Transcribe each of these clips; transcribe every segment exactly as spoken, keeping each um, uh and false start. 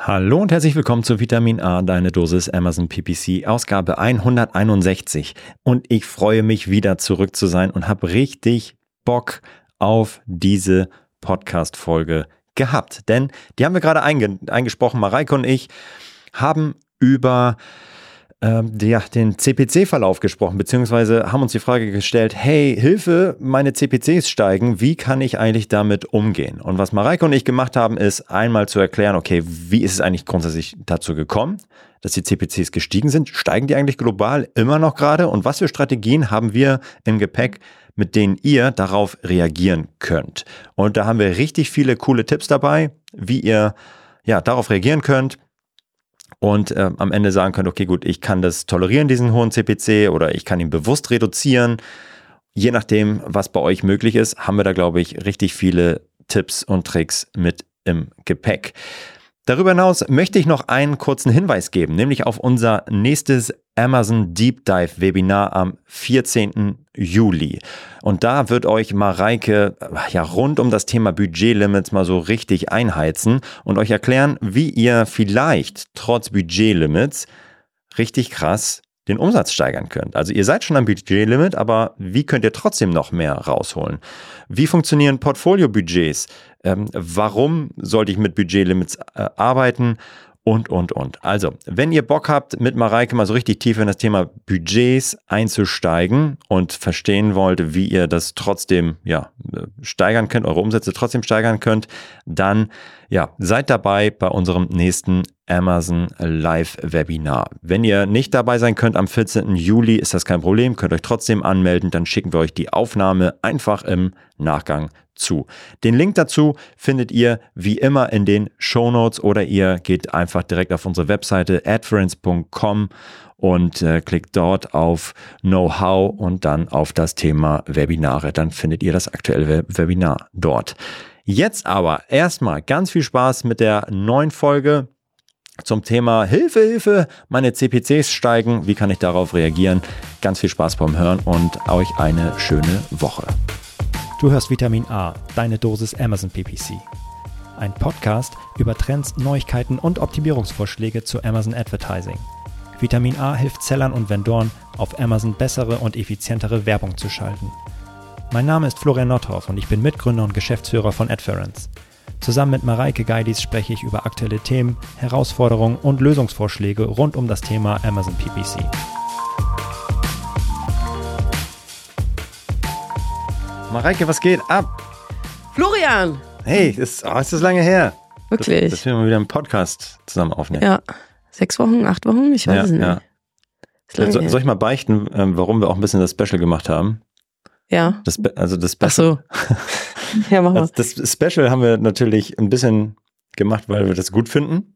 Hallo und herzlich willkommen zu Vitamin A, deine Dosis Amazon P P C, Ausgabe hunderteinundsechzig. Und ich freue mich wieder zurück zu sein und habe richtig Bock auf diese Podcast-Folge gehabt. Denn die haben wir gerade einge- eingesprochen, Mareike und ich haben über ähm, ja, den C P C-Verlauf gesprochen, beziehungsweise haben uns die Frage gestellt, hey, Hilfe, meine C P Cs steigen, wie kann ich eigentlich damit umgehen? Und was Mareike und ich gemacht haben, ist einmal zu erklären, okay, wie ist es eigentlich grundsätzlich dazu gekommen, dass die C P Cs gestiegen sind? Steigen die eigentlich global immer noch gerade? Und was für Strategien haben wir im Gepäck, mit denen ihr darauf reagieren könnt? Und da haben wir richtig viele coole Tipps dabei, wie ihr ja darauf reagieren könnt. Und äh, am Ende sagen könnt, okay, gut, ich kann das tolerieren, diesen hohen C P C, oder ich kann ihn bewusst reduzieren. Je nachdem, was bei euch möglich ist, haben wir da, glaube ich, richtig viele Tipps und Tricks mit im Gepäck. Darüber hinaus möchte ich noch einen kurzen Hinweis geben, nämlich auf unser nächstes Amazon Deep Dive Webinar am vierzehnten Juli. Und da wird euch Mareike ja rund um das Thema Budgetlimits mal so richtig einheizen und euch erklären, wie ihr vielleicht trotz Budgetlimits richtig krass den Umsatz steigern könnt. Also ihr seid schon am Budgetlimit, aber wie könnt ihr trotzdem noch mehr rausholen? Wie funktionieren Portfolio-Budgets? Ähm, warum sollte ich mit Budgetlimits äh, arbeiten? Und, und, und. Also, wenn ihr Bock habt, mit Mareike mal so richtig tief in das Thema Budgets einzusteigen und verstehen wollt, wie ihr das trotzdem ja, steigern könnt, eure Umsätze trotzdem steigern könnt, dann ja, seid dabei bei unserem nächsten Amazon Live Webinar. Wenn ihr nicht dabei sein könnt am vierzehnten Juli, ist das kein Problem, könnt euch trotzdem anmelden, dann schicken wir euch die Aufnahme einfach im Nachgang zu. Den Link dazu findet ihr wie immer in den Shownotes oder ihr geht einfach direkt auf unsere Webseite adference punkt com und äh, klickt dort auf Know-how und dann auf das Thema Webinare. Dann findet ihr das aktuelle Web- Webinar dort. Jetzt aber erstmal ganz viel Spaß mit der neuen Folge zum Thema Hilfe, Hilfe, meine C P Cs steigen. Wie kann ich darauf reagieren? Ganz viel Spaß beim Hören und euch eine schöne Woche. Du hörst Vitamin A, deine Dosis Amazon P P C. Ein Podcast über Trends, Neuigkeiten und Optimierungsvorschläge zu Amazon Advertising. Vitamin A hilft Sellern und Vendoren, auf Amazon bessere und effizientere Werbung zu schalten. Mein Name ist Florian Nothoff und ich bin Mitgründer und Geschäftsführer von Adference. Zusammen mit Mareike Geidis spreche ich über aktuelle Themen, Herausforderungen und Lösungsvorschläge rund um das Thema Amazon P P C. Mareike, was geht ab? Florian! Hey, ist, oh, ist das lange her? Wirklich? Dass, dass wir mal wieder einen Podcast zusammen aufnehmen. Ja, sechs Wochen, acht Wochen? Ich weiß ja, es nicht. Ja. So, soll ich mal beichten, warum wir auch ein bisschen das Special gemacht haben? Ja. Das, also das Special. Ach so. Ja, mach mal. Also das Special haben wir natürlich ein bisschen gemacht, weil wir das gut finden.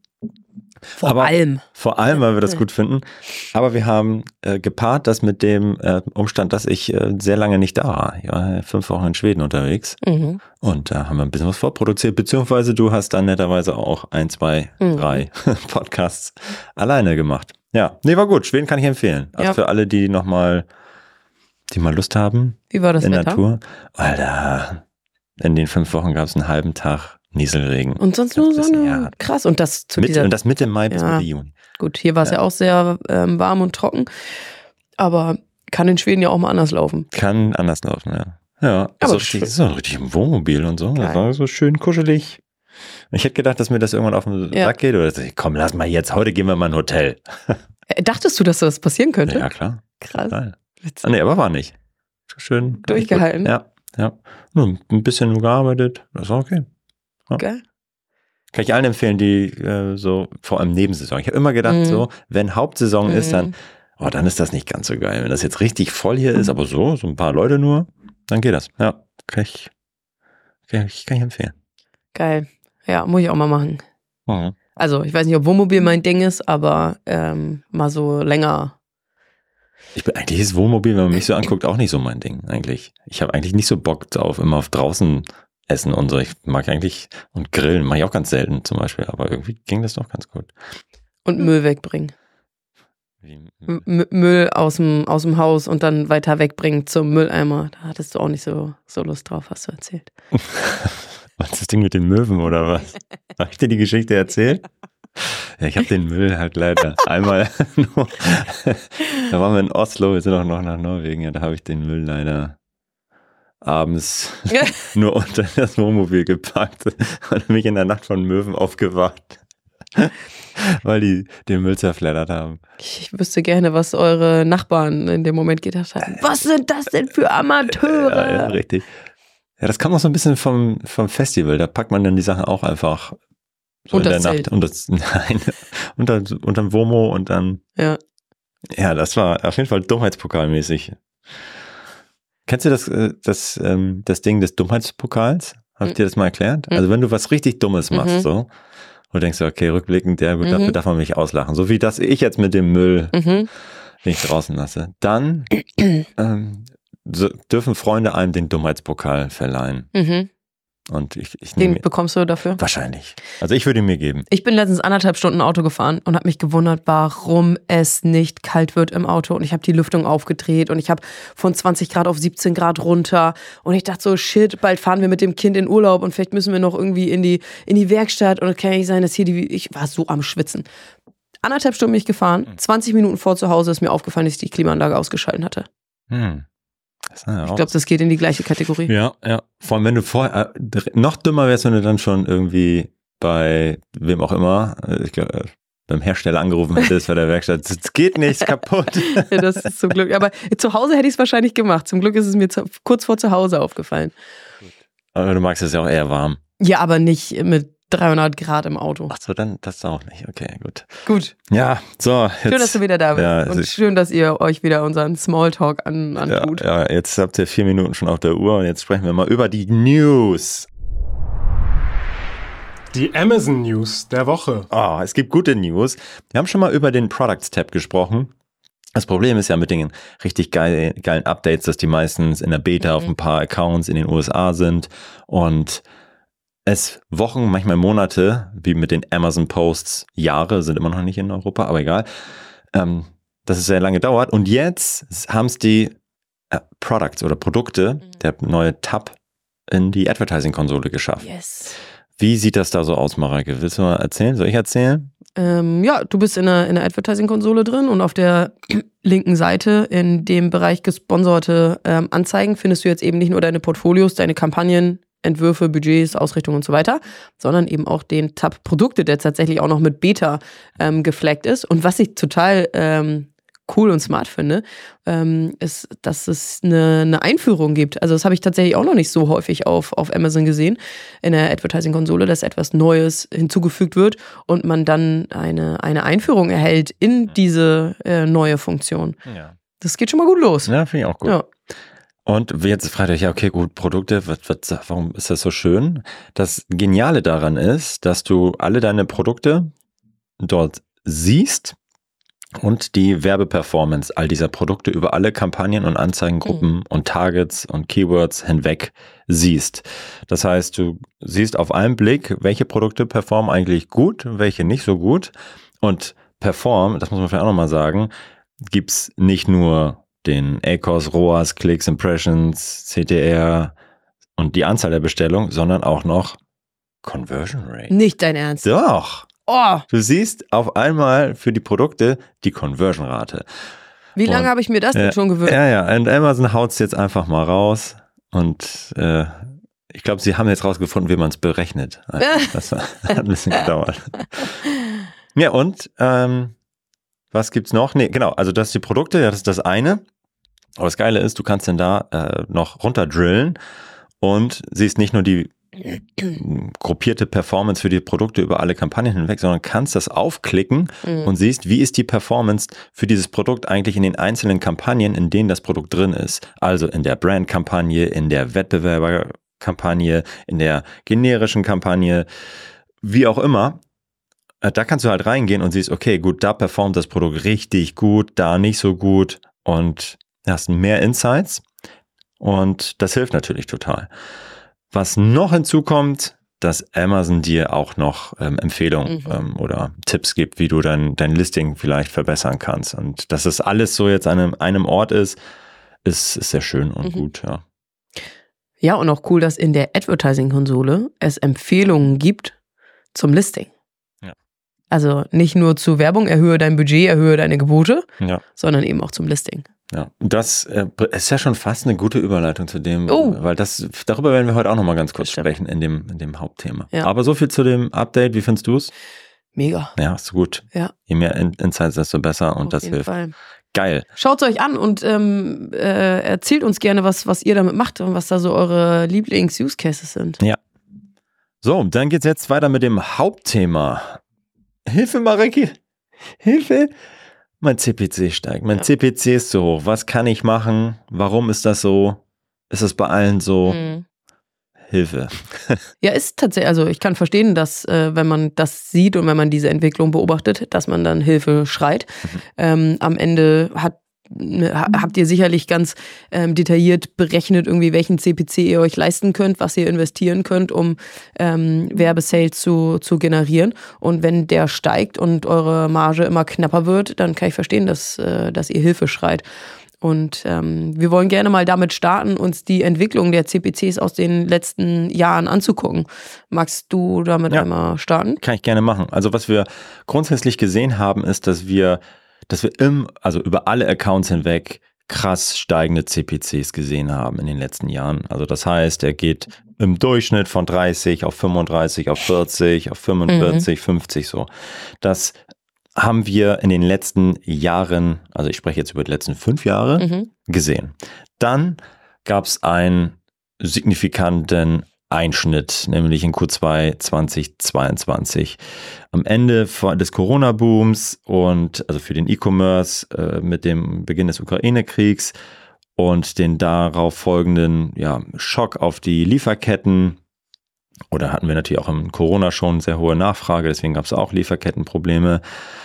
Vor Aber allem. Vor allem, weil wir das gut finden. Aber wir haben äh, gepaart das mit dem äh, Umstand, dass ich äh, sehr lange nicht da war. Ich war fünf Wochen in Schweden unterwegs. Mhm. Und da haben wir ein bisschen was vorproduziert. Beziehungsweise du hast dann netterweise auch ein, zwei, mhm. drei Podcasts alleine gemacht. Ja, nee, war gut. Schweden kann ich empfehlen. Also ja. Für alle, die noch mal, die mal Lust haben. Wie war das in Wetter? Natur. Alter, in den fünf Wochen gab es einen halben Tag Nieselregen. Und sonst nur Sonne. Ja. Krass. Und das zu Mit, dieser... Und das Mitte Mai bis ja. Mitte Juni. Gut, hier war es ja. ja auch sehr ähm, warm und trocken. Aber kann in Schweden ja auch mal anders laufen. Kann anders laufen, ja. Ja, aber so richtig, so richtig im Wohnmobil und so. Geil. Das war so schön kuschelig. Ich hätte gedacht, dass mir das irgendwann auf den ja. Sack geht. Oder dass ich, komm, lass mal jetzt, heute gehen wir mal in ein Hotel. Dachtest du, dass das passieren könnte? Ja, klar. Krass. Ah, nee, aber war nicht. Schön. Durchgehalten? Ja, ja. Nur ein bisschen nur gearbeitet. Das war okay. Ja. Geil. Kann ich allen empfehlen, die äh, so, vor allem Nebensaison. Ich habe immer gedacht, mhm. so, wenn Hauptsaison mhm. ist, dann, oh, dann ist das nicht ganz so geil. Wenn das jetzt richtig voll hier mhm. ist, aber so, so ein paar Leute nur, dann geht das. Ja, kann ich, kann ich, kann ich empfehlen. Geil. Ja, muss ich auch mal machen. Mhm. Also, ich weiß nicht, ob Wohnmobil mein Ding ist, aber ähm, mal so länger. Ich bin, eigentlich ist Wohnmobil, wenn man mich so anguckt, auch nicht so mein Ding, eigentlich. Ich habe eigentlich nicht so Bock drauf, immer auf draußen essen und so. Ich mag eigentlich, und grillen mache ich auch ganz selten zum Beispiel, aber irgendwie ging das doch ganz gut. Und Müll wegbringen. Wie, M- Müll aus dem, aus dem Haus und dann weiter wegbringen zum Mülleimer. Da hattest du auch nicht so, so Lust drauf, hast du erzählt. Was ist das Ding mit den Möwen oder was? Habe ich dir die Geschichte erzählt? Ja, ich habe den Müll halt leider einmal nur, da waren wir in Oslo, wir sind auch noch nach Norwegen, ja, da habe ich den Müll leider abends nur unter das Wohnmobil gepackt und mich in der Nacht von Möwen aufgewacht, weil die den Müll zerfleddert haben. Ich wüsste gerne, was eure Nachbarn in dem Moment gedacht haben. Was sind das denn für Amateure? Ja, ja, richtig. Ja, das kam auch so ein bisschen vom, vom Festival, da packt man dann die Sachen auch einfach so unter in der Nacht. Und das, nein, unter, unterm Womo und dann. Ja. Ja, das war auf jeden Fall dummheitspokalmäßig. Kennst du das, das, das Ding des Dummheitspokals? Habe ich dir das mal erklärt? Mhm. Also wenn du was richtig Dummes machst, mhm. so, und denkst du, okay, rückblickend, ja gut, mhm. dafür darf man mich auslachen. So wie das ich jetzt mit dem Müll, mhm. den ich draußen lasse. Dann ähm, so, dürfen Freunde einem den Dummheitspokal verleihen. Mhm. Und ich, ich Den bekommst du dafür? Wahrscheinlich. Also ich würde ihn mir geben. Ich bin letztens anderthalb Stunden Auto gefahren und habe mich gewundert, warum es nicht kalt wird im Auto. Und ich habe die Lüftung aufgedreht und ich habe von zwanzig Grad auf siebzehn Grad runter. Und ich dachte so, shit, bald fahren wir mit dem Kind in Urlaub und vielleicht müssen wir noch irgendwie in die, in die Werkstatt. Und es kann ja nicht sein, dass hier die... Ich war so am Schwitzen. Anderthalb Stunden bin ich gefahren. zwanzig Minuten vor zu Hause ist mir aufgefallen, dass ich die Klimaanlage ausgeschaltet hatte. Hm. Ja ich glaube, das geht in die gleiche Kategorie. Ja, ja. Vor allem, wenn du vorher, äh, noch dümmer wärst, wenn du dann schon irgendwie bei wem auch immer, ich glaube, beim Hersteller angerufen hättest bei der Werkstatt. Es geht nicht, kaputt. Ja, das ist zum Glück. Aber zu Hause hätte ich es wahrscheinlich gemacht. Zum Glück ist es mir zu, kurz vor zu Hause aufgefallen. Aber du magst es ja auch eher warm. Ja, aber nicht mit dreihundert Grad im Auto. Ach so, dann das auch nicht. Okay, gut. Gut. Ja, so. Jetzt, schön, dass du wieder da bist. Ja, und schön, dass ihr euch wieder unseren Smalltalk an, antut. Ja, ja, jetzt habt ihr vier Minuten schon auf der Uhr und jetzt sprechen wir mal über die News. Die Amazon News der Woche. Oh, es gibt gute News. Wir haben schon mal über den Products-Tab gesprochen. Das Problem ist ja mit den richtig geil, geilen Updates, dass die meistens in der Beta mhm. auf ein paar Accounts in den U S A sind und es Wochen, manchmal Monate, wie mit den Amazon Posts, Jahre, sind immer noch nicht in Europa, aber egal, ähm, dass es sehr lange dauert. Und jetzt haben es die äh, Products oder Produkte, mhm. der neue Tab, in die Advertising-Konsole geschafft. Yes. Wie sieht das da so aus, Mareike? Willst du mal erzählen? Soll ich erzählen? Ähm, ja, du bist in der, in der Advertising-Konsole drin und auf der linken Seite in dem Bereich gesponserte ähm, Anzeigen findest du jetzt eben nicht nur deine Portfolios, deine Kampagnen, Entwürfe, Budgets, Ausrichtung und so weiter, sondern eben auch den Tab Produkte, der tatsächlich auch noch mit Beta ähm, geflaggt ist. Und was ich total ähm, cool und smart finde, ähm, ist, dass es eine, eine Einführung gibt. Also das habe ich tatsächlich auch noch nicht so häufig auf, auf Amazon gesehen, in der Advertising-Konsole, dass etwas Neues hinzugefügt wird und man dann eine, eine Einführung erhält in diese äh, neue Funktion. Ja. Das geht schon mal gut los. Ja, finde ich auch gut. Ja. Und jetzt fragt euch, ja, okay, gut, Produkte, was, was, warum ist das so schön? Das Geniale daran ist, dass du alle deine Produkte dort siehst und die Werbeperformance all dieser Produkte über alle Kampagnen und Anzeigengruppen mhm. und Targets und Keywords hinweg siehst. Das heißt, du siehst auf einen Blick, welche Produkte performen eigentlich gut, welche nicht so gut. Und perform, das muss man vielleicht auch nochmal sagen, gibt's nicht nur den A C O S, R O A S, Klicks, Impressions, C T R und die Anzahl der Bestellungen, sondern auch noch Conversion Rate. Nicht dein Ernst? Doch. Oh. Du siehst auf einmal für die Produkte die Conversion-Rate. Wie lange habe ich mir das denn äh, schon gewöhnt? Ja, ja, und Amazon haut es jetzt einfach mal raus und äh, ich glaube, sie haben jetzt rausgefunden, wie man es berechnet. Also, das hat ein bisschen gedauert. Ja, und ähm, was gibt's noch? Nee, genau, also das sind die Produkte, ja, das ist das eine. Aber das Geile ist, du kannst dann da äh, noch runterdrillen und siehst nicht nur die gruppierte Performance für die Produkte über alle Kampagnen hinweg, sondern kannst das aufklicken mhm. und siehst, wie ist die Performance für dieses Produkt eigentlich in den einzelnen Kampagnen, in denen das Produkt drin ist. Also in der Brand-Kampagne, in der Wettbewerber-Kampagne, in der generischen Kampagne, wie auch immer. Da kannst du halt reingehen und siehst, okay, gut, da performt das Produkt richtig gut, da nicht so gut und hast mehr Insights und das hilft natürlich total. Was noch hinzukommt, dass Amazon dir auch noch ähm, Empfehlungen mhm. ähm, oder Tipps gibt, wie du dein, dein Listing vielleicht verbessern kannst. Und dass das alles so jetzt an einem, einem Ort ist, ist, ist sehr schön und mhm. gut, ja. Ja, und auch cool, dass in der Advertising-Konsole es Empfehlungen gibt zum Listing. Ja. Also nicht nur zu Werbung, erhöhe dein Budget, erhöhe deine Gebote, ja. sondern eben auch zum Listing. Ja, das äh, ist ja schon fast eine gute Überleitung zu dem, oh. weil das darüber werden wir heute auch nochmal ganz kurz Bestimmt. sprechen in dem, in dem Hauptthema. Ja. Aber so viel zu dem Update, wie findest du es? Mega. Ja, ist gut. Ja. Je mehr In- Insights, desto besser und Auf das jeden hilft. Fall. Geil. Schaut es euch an und ähm, äh, erzählt uns gerne, was, was ihr damit macht und was da so eure Lieblings-Use-Cases sind. Ja. So, dann geht's jetzt weiter mit dem Hauptthema. Hilfe, Mareki. Hilfe. Mein C P C steigt. Mein Ja. C P C ist so hoch. Was kann ich machen? Warum ist das so? Ist es bei allen so? Mhm. Hilfe. Ja, ist tatsächlich, also ich kann verstehen, dass äh, wenn man das sieht und wenn man diese Entwicklung beobachtet, dass man dann Hilfe schreit. Mhm. Ähm, am Ende hat habt ihr sicherlich ganz ähm, detailliert berechnet, irgendwie welchen C P C ihr euch leisten könnt, was ihr investieren könnt, um ähm, Werbesales zu, zu generieren. Und wenn der steigt und eure Marge immer knapper wird, dann kann ich verstehen, dass, äh, dass ihr Hilfe schreit. Und ähm, wir wollen gerne mal damit starten, uns die Entwicklung der C P Cs aus den letzten Jahren anzugucken. Magst du damit ja. einmal starten? Kann ich gerne machen. Also was wir grundsätzlich gesehen haben, ist, dass wir dass wir im, also über alle Accounts hinweg krass steigende C P Cs gesehen haben in den letzten Jahren. Also das heißt, er geht im Durchschnitt von dreißig auf fünfunddreißig, auf vierzig, auf fünfundvierzig, mhm. fünfzig so. Das haben wir in den letzten Jahren, also ich spreche jetzt über die letzten fünf Jahre, mhm. gesehen. Dann gab es einen signifikanten Einschnitt, nämlich in Q zwei zweitausendzweiundzwanzig. Am Ende des Corona-Booms und also für den E-Commerce äh, mit dem Beginn des Ukraine-Kriegs und den darauf folgenden ja, Schock auf die Lieferketten. Oder hatten wir natürlich auch im Corona schon sehr hohe Nachfrage, deswegen gab es auch Lieferkettenprobleme.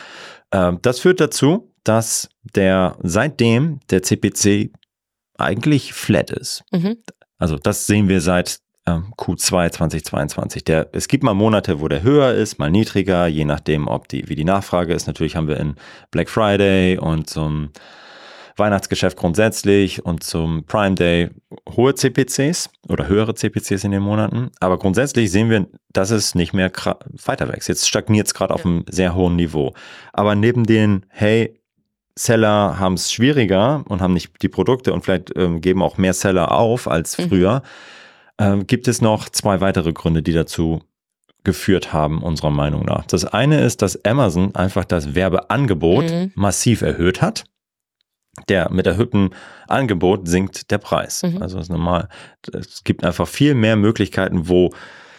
Äh, das führt dazu, dass der seitdem der C P C eigentlich flat ist. Mhm. Also das sehen wir seit Q zwei zweitausendzweiundzwanzig. Der, es gibt mal Monate, wo der höher ist, mal niedriger, je nachdem, ob die, wie die Nachfrage ist. Natürlich haben wir in Black Friday und zum Weihnachtsgeschäft grundsätzlich und zum Prime Day hohe C P Cs oder höhere C P Cs in den Monaten. Aber grundsätzlich sehen wir, dass es nicht mehr weiter wächst. Jetzt stagniert es gerade auf einem sehr hohen Niveau. Aber neben den, hey, Seller haben es schwieriger und haben nicht die Produkte und vielleicht ähm, geben auch mehr Seller auf als früher, mhm. Ähm, gibt es noch zwei weitere Gründe, die dazu geführt haben, unserer Meinung nach. Das eine ist, dass Amazon einfach das Werbeangebot mhm. massiv erhöht hat. Der, mit erhöhtem Angebot sinkt der Preis. Mhm. Also das ist normal. Es gibt einfach viel mehr Möglichkeiten, wo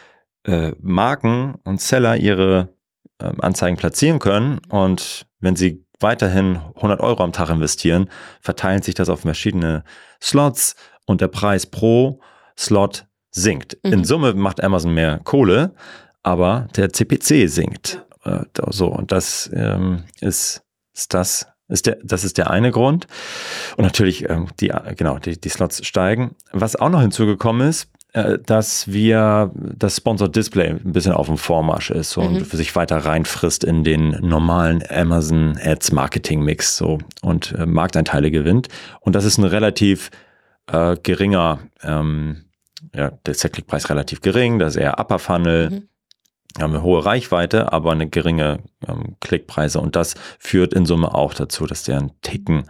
äh, Marken und Seller ihre äh, Anzeigen platzieren können. Und wenn sie weiterhin hundert Euro am Tag investieren, verteilt sich das auf verschiedene Slots und der Preis pro Slot sinkt. Mhm. In Summe macht Amazon mehr Kohle, aber der C P C sinkt. Ja. Äh, so, und das ähm, ist, ist das, ist der, das ist der eine Grund. Und natürlich, ähm, die, genau, die, die Slots steigen. Was auch noch hinzugekommen ist, äh, dass wir das Sponsored Display ein bisschen auf dem Vormarsch ist und mhm. sich weiter reinfrisst in den normalen Amazon Ads Marketing Mix so und äh, Markteinteile gewinnt. Und das ist ein relativ äh, geringer ähm, ja, der Klickpreis relativ gering, das ist eher Upper Funnel, mhm. haben eine hohe Reichweite, aber eine geringe ähm, Klickpreise und das führt in Summe auch dazu, dass der ein Ticken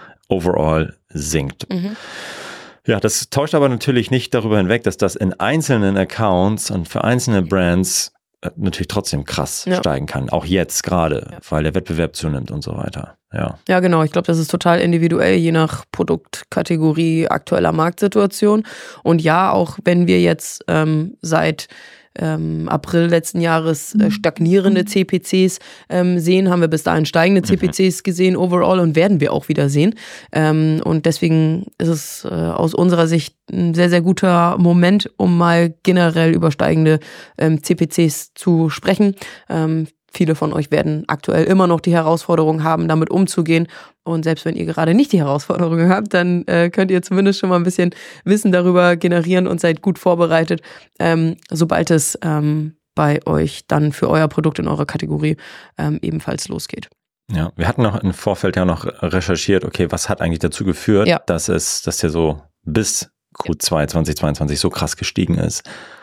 overall sinkt. Mhm. Ja, das täuscht aber natürlich nicht darüber hinweg, dass das in einzelnen Accounts und für einzelne Brands äh, natürlich trotzdem krass ja. steigen kann, auch jetzt gerade, ja. weil der Wettbewerb zunimmt und so weiter. Ja, ja genau. Ich glaube, das ist total individuell, je nach Produktkategorie, aktueller Marktsituation. Und ja, auch wenn wir jetzt ähm, seit ähm, April letzten Jahres äh, stagnierende C P Cs ähm, sehen, haben wir bis dahin steigende C P Cs gesehen overall und werden wir auch wieder sehen. Ähm, und deswegen ist es äh, aus unserer Sicht ein sehr, sehr guter Moment, um mal generell über steigende ähm, C P Cs zu sprechen. Ähm, Viele von euch werden aktuell immer noch die Herausforderung haben, damit umzugehen. Und selbst wenn ihr gerade nicht die Herausforderung habt, dann äh, könnt ihr zumindest schon mal ein bisschen Wissen darüber generieren und seid gut vorbereitet, ähm, sobald es ähm, bei euch dann für euer Produkt in eurer Kategorie ähm, ebenfalls losgeht. Ja, wir hatten noch im Vorfeld ja noch recherchiert, okay, was hat eigentlich dazu geführt, ja. dass es, dass der so bis Q zwei zweitausendzweiundzwanzig so krass gestiegen ist.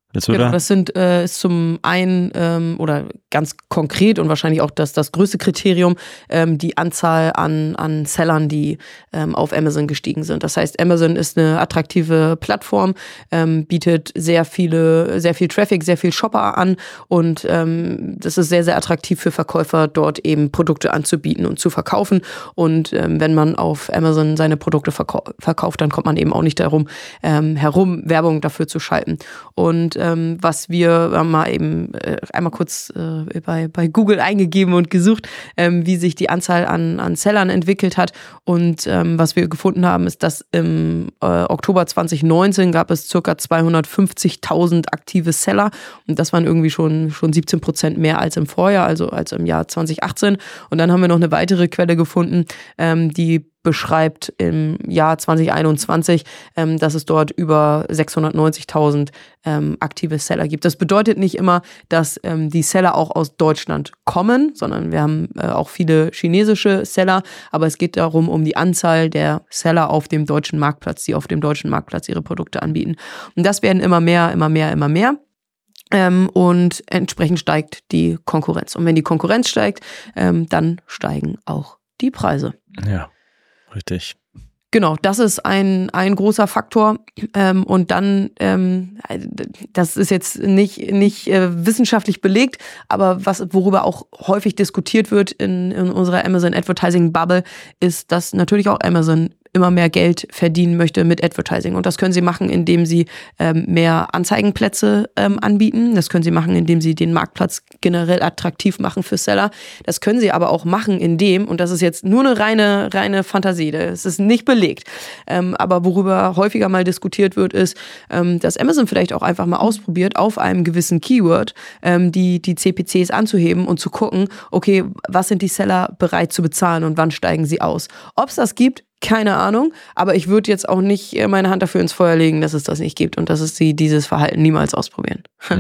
Genau, da? das sind äh, ist zum einen ähm, oder ganz konkret und wahrscheinlich auch das, das größte Kriterium, ähm, die Anzahl an, an Sellern, die ähm, auf Amazon gestiegen sind. Das heißt, Amazon ist eine attraktive Plattform, ähm, bietet sehr viele, sehr viel Traffic, sehr viel Shopper an und ähm, das ist sehr, sehr attraktiv für Verkäufer, dort eben Produkte anzubieten und zu verkaufen. Und ähm, wenn man auf Amazon seine Produkte verkau- verkauft, dann kommt man eben auch nicht darum ähm, herum, Werbung dafür zu schalten. Und ähm, was wir haben mal eben äh, einmal kurz äh, bei, bei Google eingegeben und gesucht, ähm, wie sich die Anzahl an, an Sellern entwickelt hat. Und ähm, was wir gefunden haben, ist, dass im äh, Oktober zwanzig neunzehn gab es ca. zweihundertfünfzigtausend aktive Seller. Und das waren irgendwie schon, schon siebzehn Prozent mehr als im Vorjahr, also als im Jahr zwanzig achtzehn. Und dann haben wir noch eine weitere Quelle gefunden, ähm, die beschreibt im Jahr zwanzig einundzwanzig, ähm, dass es dort über sechshundertneunzigtausend ähm, aktive Seller gibt. Das bedeutet nicht immer, dass ähm, die Seller auch aus Deutschland kommen, sondern wir haben äh, auch viele chinesische Seller, aber es geht darum, um die Anzahl der Seller auf dem deutschen Marktplatz, die auf dem deutschen Marktplatz ihre Produkte anbieten. Und das werden immer mehr, immer mehr, immer mehr. Ähm, und entsprechend steigt die Konkurrenz. Und wenn die Konkurrenz steigt, ähm, dann steigen auch die Preise. Ja. Richtig. Genau, das ist ein, ein großer Faktor. Ähm, und dann, ähm, das ist jetzt nicht, nicht äh, wissenschaftlich belegt, aber was, worüber auch häufig diskutiert wird in, in unserer Amazon Advertising Bubble, ist, dass natürlich auch Amazon immer mehr Geld verdienen möchte mit Advertising. Und das können sie machen, indem sie ähm, mehr Anzeigenplätze ähm, anbieten. Das können sie machen, indem sie den Marktplatz generell attraktiv machen für Seller. Das können sie aber auch machen, indem, und das ist jetzt nur eine reine, reine Fantasie, das ist nicht belegt, ähm, aber worüber häufiger mal diskutiert wird, ist, ähm, dass Amazon vielleicht auch einfach mal ausprobiert, auf einem gewissen Keyword ähm, die, die C P Cs anzuheben und zu gucken, okay, was sind die Seller bereit zu bezahlen und wann steigen sie aus. Ob es das gibt, keine Ahnung, aber ich würde jetzt auch nicht meine Hand dafür ins Feuer legen, dass es das nicht gibt und dass es sie dieses Verhalten niemals ausprobieren.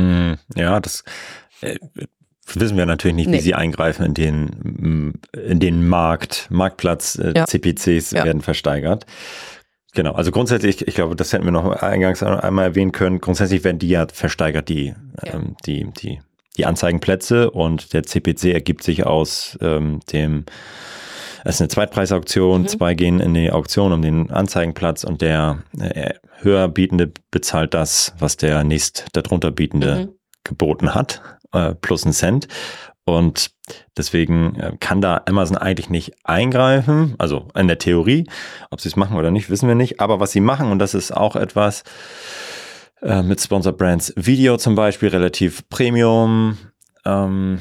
Ja, das äh, wissen wir natürlich nicht, wie nee. sie eingreifen in den, in den Markt, Marktplatz, äh, ja. C P Cs ja. werden versteigert. Genau, also grundsätzlich, ich glaube, das hätten wir noch eingangs einmal erwähnen können, grundsätzlich werden die ja versteigert, die, ja. ähm, die, die, die Anzeigenplätze und der C P C ergibt sich aus ähm, dem Es ist eine Zweitpreisauktion, mhm. zwei gehen in die Auktion um den Anzeigenplatz und der äh, Höherbietende bezahlt das, was der nächst darunter Bietende mhm. geboten hat, äh, plus einen Cent. Und deswegen äh, kann da Amazon eigentlich nicht eingreifen, also in der Theorie. Ob sie es machen oder nicht, wissen wir nicht. Aber was sie machen, und das ist auch etwas äh, mit Sponsored Brands Video zum Beispiel, relativ Premium, ähm,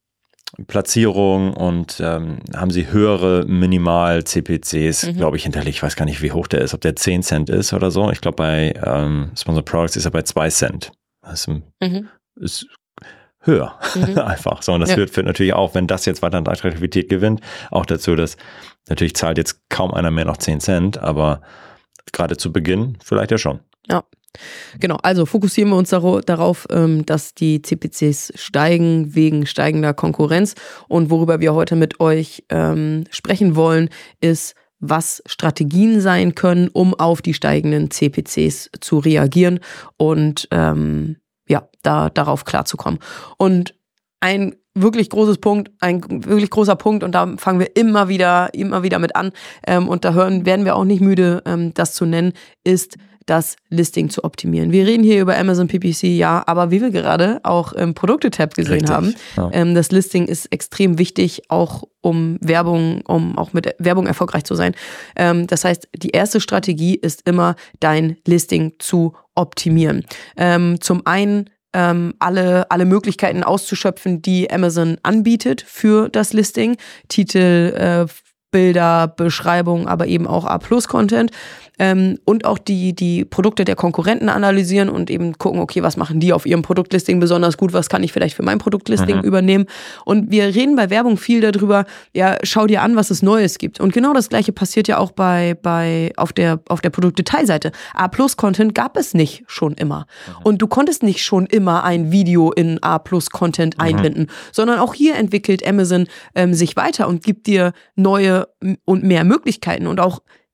Platzierung und ähm, haben sie höhere Minimal-C P Cs, mhm. glaube ich, hinterlegt. Ich weiß gar nicht, wie hoch der ist, ob der zehn Cent ist oder so. Ich glaube, bei ähm, Sponsored Products ist er bei zwei Cent. Das ist, mhm. ist höher mhm. einfach. So, und das ja. führt, führt natürlich auch, wenn das jetzt weiter an Attraktivität gewinnt, auch dazu, dass natürlich zahlt jetzt kaum einer mehr noch zehn Cent, aber gerade zu Beginn vielleicht ja schon. Ja. Genau, also fokussieren wir uns darauf, dass die C P Cs steigen wegen steigender Konkurrenz. Und worüber wir heute mit euch ähm, sprechen wollen, ist, was Strategien sein können, um auf die steigenden C P Cs zu reagieren und ähm, ja, da darauf klarzukommen. Und ein wirklich großes Punkt, ein wirklich großer Punkt, und da fangen wir immer wieder, immer wieder mit an, ähm, und da hören, werden wir auch nicht müde, ähm, das zu nennen, ist das Listing zu optimieren. Wir reden hier über Amazon P P C, ja, aber wie wir gerade auch im Produkte-Tab gesehen Richtig. haben, ja. ähm, das Listing ist extrem wichtig, auch um Werbung, um auch mit Werbung erfolgreich zu sein. Ähm, das heißt, die erste Strategie ist immer, dein Listing zu optimieren. Ähm, zum einen Ähm, alle, alle Möglichkeiten auszuschöpfen, die Amazon anbietet für das Listing. Titel, äh, Bilder, Beschreibung, aber eben auch A Plus Content. Ähm, und auch die, die Produkte der Konkurrenten analysieren und eben gucken, okay, was machen die auf ihrem Produktlisting besonders gut, was kann ich vielleicht für mein Produktlisting mhm. übernehmen. Und wir reden bei Werbung viel darüber, ja, schau dir an, was es Neues gibt. Und genau das Gleiche passiert ja auch bei, bei auf der, auf der Produktdetailseite. A Plus Content gab es nicht schon immer. Mhm. Und du konntest nicht schon immer ein Video in A Plus Content mhm. einbinden, sondern auch hier entwickelt Amazon ähm, sich weiter und gibt dir neue und mehr Möglichkeiten und auch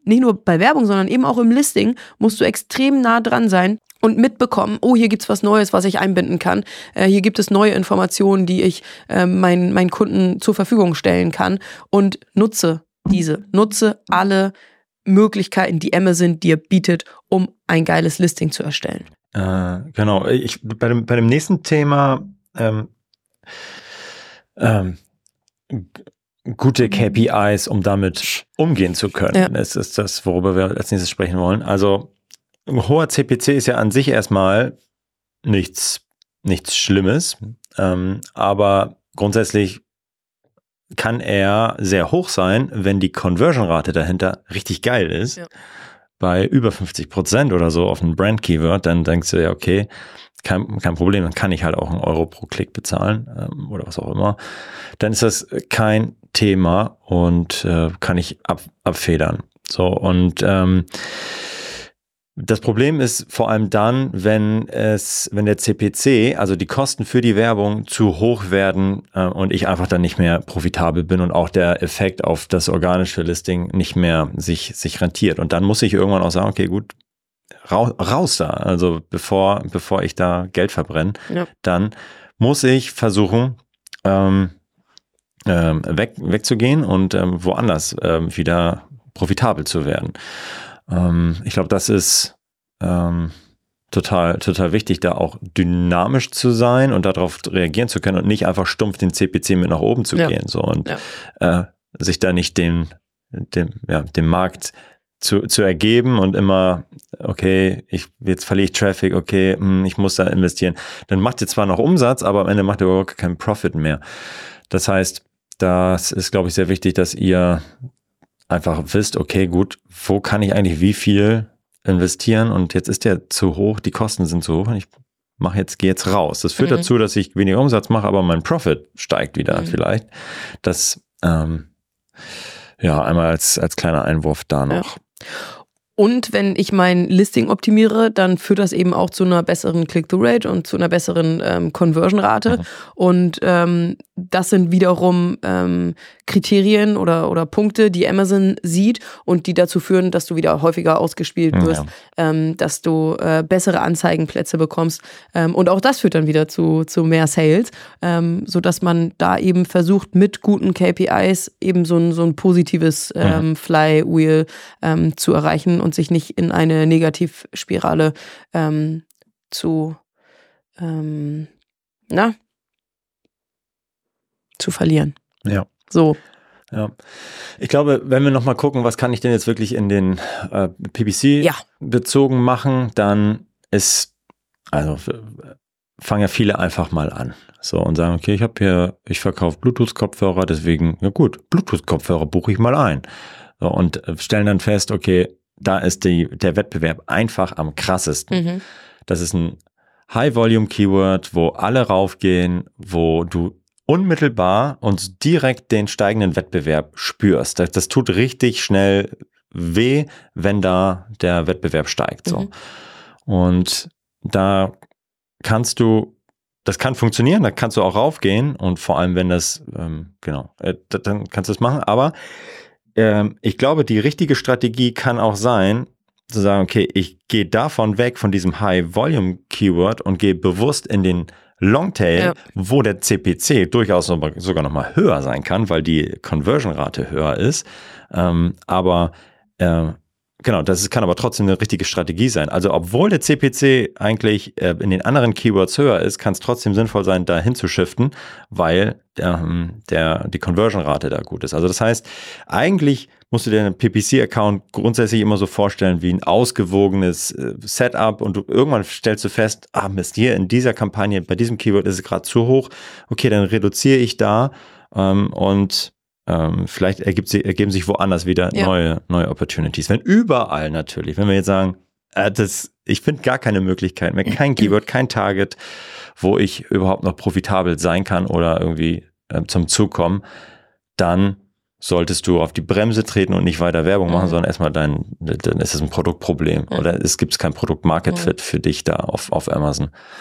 nicht nur bei Werbung, sondern eben auch im Listing musst du extrem nah dran sein und mitbekommen, oh, hier gibt's was Neues, was ich einbinden kann. Äh, hier gibt es neue Informationen, die ich äh, meinen, meinen Kunden zur Verfügung stellen kann und nutze diese, nutze alle Möglichkeiten, die Amazon dir bietet, um ein geiles Listing zu erstellen. Äh, genau. Ich, bei dem, bei dem nächsten Thema ähm, ähm, gute K P Is, um damit umgehen zu können. Ja. Das ist das, worüber wir als nächstes sprechen wollen. Also ein hoher C P C ist ja an sich erstmal nichts, nichts Schlimmes, ähm, aber grundsätzlich kann er sehr hoch sein, wenn die Conversion-Rate dahinter richtig geil ist. Ja. Bei über fünfzig Prozent oder so auf ein Brand-Keyword, dann denkst du ja, okay, kein, kein Problem, dann kann ich halt auch einen Euro pro Klick bezahlen ähm, oder was auch immer. Dann ist das kein Thema und äh, kann ich ab, abfedern. So, und ähm, das Problem ist vor allem dann, wenn es, wenn der C P C, also die Kosten für die Werbung zu hoch werden äh, und ich einfach dann nicht mehr profitabel bin und auch der Effekt auf das organische Listing nicht mehr sich, sich rentiert. Und dann muss ich irgendwann auch sagen, okay, gut, raus, raus da. Also bevor, bevor ich da Geld verbrenne, ja. Dann muss ich versuchen, ähm, ähm, weg, wegzugehen und ähm, woanders ähm, wieder profitabel zu werden. Ähm, ich glaube, das ist ähm, total, total wichtig, da auch dynamisch zu sein und darauf reagieren zu können und nicht einfach stumpf den C P C mit nach oben zu ja. gehen, so und ja. äh, sich da nicht dem, dem, ja, dem Markt zu, zu ergeben und immer, okay, ich, jetzt verliere ich Traffic, okay, mh, ich muss da investieren. Dann macht ihr zwar noch Umsatz, aber am Ende macht ihr überhaupt keinen Profit mehr. Das heißt, das ist, glaube ich, sehr wichtig, dass ihr einfach wisst, okay, gut, wo kann ich eigentlich wie viel investieren und jetzt ist der zu hoch, die Kosten sind zu hoch und ich mache jetzt, gehe jetzt raus. Das führt mhm. dazu, dass ich weniger Umsatz mache, aber mein Profit steigt wieder mhm. vielleicht. Das, ähm, ja, einmal als, als kleiner Einwurf da noch. Ja. Und wenn ich mein Listing optimiere, dann führt das eben auch zu einer besseren Click-through-Rate und zu einer besseren ähm, Conversion-Rate. Mhm. Und ähm, das sind wiederum ähm, Kriterien oder, oder Punkte, die Amazon sieht und die dazu führen, dass du wieder häufiger ausgespielt wirst, ja. ähm, dass du äh, bessere Anzeigenplätze bekommst. Ähm, und auch das führt dann wieder zu, zu mehr Sales, ähm, sodass man da eben versucht, mit guten K P Is eben so ein, so ein positives ähm, mhm. Flywheel ähm, zu erreichen und sich nicht in eine Negativspirale ähm, zu, ähm, na, zu verlieren. Ja. So. Ja. Ich glaube, wenn wir nochmal gucken, was kann ich denn jetzt wirklich in den äh, P P C ja. bezogen machen, dann ist, also fangen ja viele einfach mal an. So und sagen, okay, ich habe hier, ich verkaufe Bluetooth-Kopfhörer, deswegen, ja gut, Bluetooth-Kopfhörer buche ich mal ein. So, und stellen dann fest, okay, da ist die, der Wettbewerb einfach am krassesten. Mhm. Das ist ein High-Volume-Keyword, wo alle raufgehen, wo du unmittelbar und direkt den steigenden Wettbewerb spürst. Das, das tut richtig schnell weh, wenn da der Wettbewerb steigt. So. Mhm. Und da kannst du, das kann funktionieren, da kannst du auch raufgehen und vor allem, wenn das, ähm, genau, äh, dann kannst du es machen. Aber ähm, ich glaube, die richtige Strategie kann auch sein, zu sagen, okay, ich gehe davon weg, von diesem High-Volume-Keyword und gehe bewusst in den Longtail, ja. wo der C P C durchaus sogar noch mal höher sein kann, weil die Conversion-Rate höher ist. Ähm, aber äh, genau, das ist, kann aber trotzdem eine richtige Strategie sein. Also obwohl der C P C eigentlich äh, in den anderen Keywords höher ist, kann es trotzdem sinnvoll sein, da hinzushiften, weil ähm, der, die Conversion-Rate da gut ist. Also das heißt, eigentlich musst du dir einen P P C-Account grundsätzlich immer so vorstellen wie ein ausgewogenes äh, Setup und du irgendwann stellst du fest, ah Mist, hier in dieser Kampagne, bei diesem Keyword ist es gerade zu hoch, okay, dann reduziere ich da ähm, und ähm, vielleicht ergibt sie, ergeben sich woanders wieder ja. neue, neue Opportunities. Wenn überall natürlich, wenn wir jetzt sagen, äh, das, ich finde gar keine Möglichkeit mehr, kein Keyword, kein Target, wo ich überhaupt noch profitabel sein kann oder irgendwie äh, zum Zug kommen, dann solltest du auf die Bremse treten und nicht weiter Werbung machen, mhm. sondern erstmal dein, dann ist es ein Produktproblem mhm. oder es gibt kein Produkt-Market-Fit mhm. für dich da auf, auf Amazon.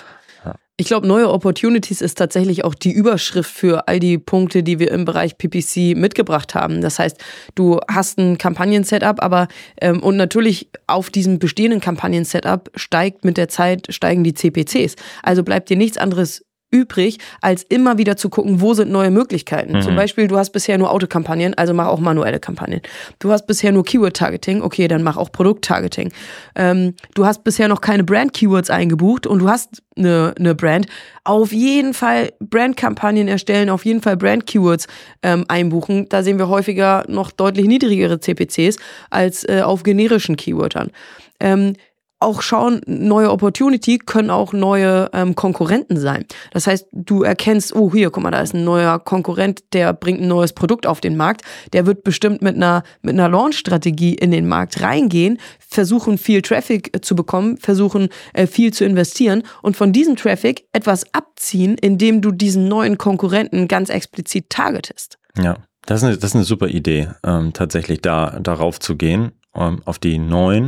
Ja. Ich glaube, neue Opportunities ist tatsächlich auch die Überschrift für all die Punkte, die wir im Bereich P P C mitgebracht haben. Das heißt, du hast ein Kampagnen-Setup, aber ähm, und natürlich auf diesem bestehenden Kampagnen-Setup steigt mit der Zeit, steigen die C P Cs. Also bleibt dir nichts anderes übrig, als immer wieder zu gucken, wo sind neue Möglichkeiten. Mhm. Zum Beispiel, du hast bisher nur Autokampagnen, also mach auch manuelle Kampagnen. Du hast bisher nur Keyword-Targeting, okay, dann mach auch Produkt-Targeting. Ähm, du hast bisher noch keine Brand-Keywords eingebucht und du hast eine, eine Brand. Auf jeden Fall Brand-Kampagnen erstellen, auf jeden Fall Brand-Keywords ähm, einbuchen. Da sehen wir häufiger noch deutlich niedrigere C P Cs als äh, auf generischen Keywordern. Ähm, Auch schauen, neue Opportunity können auch neue ähm, Konkurrenten sein. Das heißt, du erkennst, oh hier, guck mal, da ist ein neuer Konkurrent, der bringt ein neues Produkt auf den Markt. Der wird bestimmt mit einer mit einer Launch-Strategie in den Markt reingehen, versuchen viel Traffic äh, zu bekommen, versuchen äh, viel zu investieren und von diesem Traffic etwas abziehen, indem du diesen neuen Konkurrenten ganz explizit targetest. Ja, das ist eine, das ist eine super Idee, ähm, tatsächlich da darauf zu gehen, ähm, auf die neuen.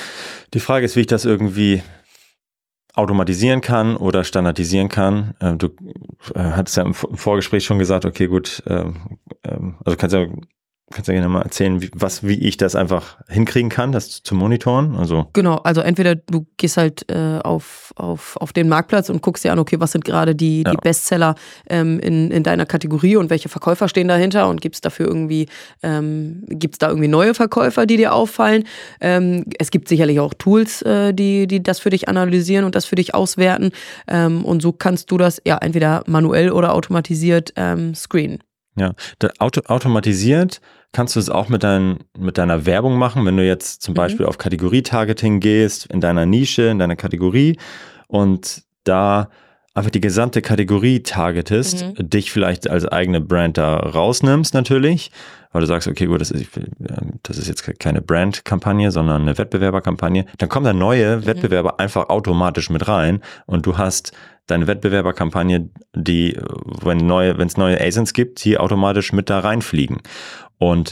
Die Frage ist, wie ich das irgendwie automatisieren kann oder standardisieren kann. Ähm, du äh, hattest ja im Vorgespräch schon gesagt, okay, gut, ähm, ähm, also kannst ja, kannst ja gerne mal erzählen, wie, was, wie ich das einfach hinkriegen kann, das zu monitoren. Also Genau, also entweder du gehst halt äh, auf, auf, auf den Marktplatz und guckst dir an, okay, was sind gerade die, ja. die Bestseller ähm, in, in deiner Kategorie und welche Verkäufer stehen dahinter und gibst dafür irgendwie, ähm, gibt's da irgendwie neue Verkäufer, die dir auffallen. Ähm, es gibt sicherlich auch Tools, äh, die, die das für dich analysieren und das für dich auswerten. Ähm, und so kannst du das ja entweder manuell oder automatisiert ähm, screenen. Ja, auto, automatisiert kannst du es auch mit, dein, mit deiner Werbung machen, wenn du jetzt zum mhm. Beispiel auf Kategorie-Targeting gehst, in deiner Nische, in deiner Kategorie und da einfach die gesamte Kategorie targetest, mhm. dich vielleicht als eigene Brand da rausnimmst natürlich, weil du sagst, okay, gut, das ist, das ist jetzt keine Brand-Kampagne, sondern eine Wettbewerberkampagne, dann kommen da neue mhm. Wettbewerber einfach automatisch mit rein und du hast deine Wettbewerberkampagne, die, wenn neue, wenn es neue A S I Ns gibt, die automatisch mit da reinfliegen. Und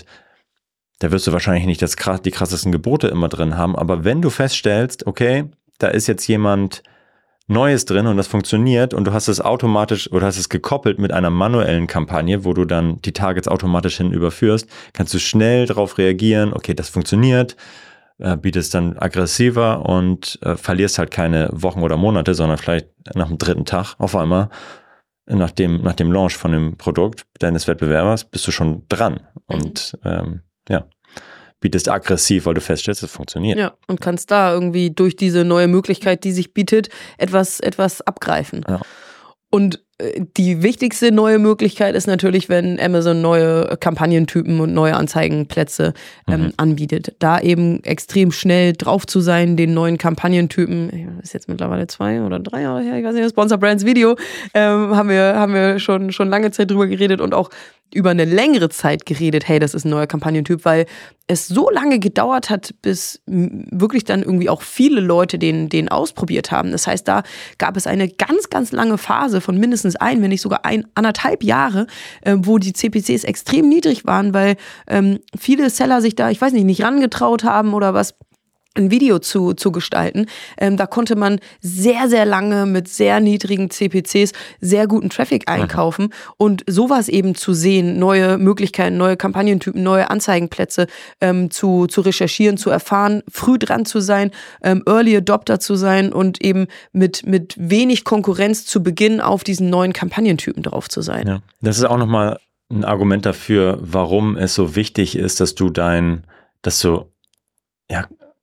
da wirst du wahrscheinlich nicht das, die krassesten Gebote immer drin haben, aber wenn du feststellst, okay, da ist jetzt jemand Neues drin und das funktioniert und du hast es automatisch oder hast es gekoppelt mit einer manuellen Kampagne, wo du dann die Targets automatisch hin überführst, kannst du schnell darauf reagieren, okay, das funktioniert, äh, bietest dann aggressiver und äh, verlierst halt keine Wochen oder Monate, sondern vielleicht nach dem dritten Tag auf einmal, nach dem, nach dem Launch von dem Produkt deines Wettbewerbers, bist du schon dran und ähm, ja, bietest aggressiv, weil du feststellst, es funktioniert. Ja, und kannst da irgendwie durch diese neue Möglichkeit, die sich bietet, etwas, etwas abgreifen. Ja. Und die wichtigste neue Möglichkeit ist natürlich, wenn Amazon neue Kampagnentypen und neue Anzeigenplätze ähm, mhm. anbietet. Da eben extrem schnell drauf zu sein, den neuen Kampagnentypen, das ist jetzt mittlerweile zwei oder drei Jahre her, ich weiß nicht, Sponsor Brands Video, ähm, haben wir, haben wir schon, schon lange Zeit drüber geredet und auch über eine längere Zeit geredet, hey, das ist ein neuer Kampagnentyp, weil es so lange gedauert hat, bis wirklich dann irgendwie auch viele Leute den, den ausprobiert haben. Das heißt, da gab es eine ganz, ganz lange Phase von mindestens ein, wenn nicht sogar ein, anderthalb Jahre, äh, wo die C P Cs extrem niedrig waren, weil ähm, viele Seller sich da, ich weiß nicht, nicht rangetraut haben oder was, ein Video zu, zu gestalten. Ähm, da konnte man sehr, sehr lange mit sehr niedrigen C P Cs sehr guten Traffic einkaufen. Mhm. Und sowas eben zu sehen, neue Möglichkeiten, neue Kampagnentypen, neue Anzeigenplätze ähm, zu, zu recherchieren, zu erfahren, früh dran zu sein, ähm, Early Adopter zu sein und eben mit, mit wenig Konkurrenz zu Beginn auf diesen neuen Kampagnentypen drauf zu sein. Ja. Das ist auch nochmal ein Argument dafür, warum es so wichtig ist, dass du dein, dass du, ja,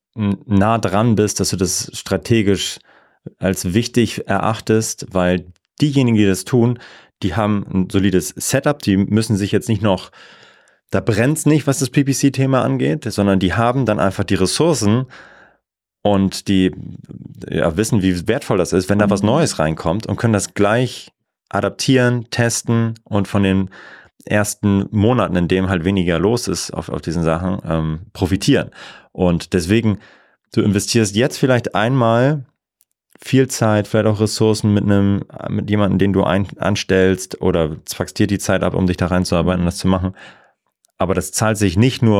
nah dran bist, dass du das strategisch als wichtig erachtest, weil diejenigen, die das tun, die haben ein solides Setup, die müssen sich jetzt nicht noch, da brennt es nicht, was das P P C-Thema angeht, sondern die haben dann einfach die Ressourcen und die ja, wissen, wie wertvoll das ist, wenn da was Neues reinkommt und können das gleich adaptieren, testen und von den ersten Monaten, in dem halt weniger los ist auf, auf diesen Sachen, ähm, profitieren. Und deswegen, du investierst jetzt vielleicht einmal viel Zeit, vielleicht auch Ressourcen mit einem, mit jemandem, den du ein, anstellst oder zwackst dir die Zeit ab, um dich da reinzuarbeiten und das zu machen. Aber das zahlt sich nicht nur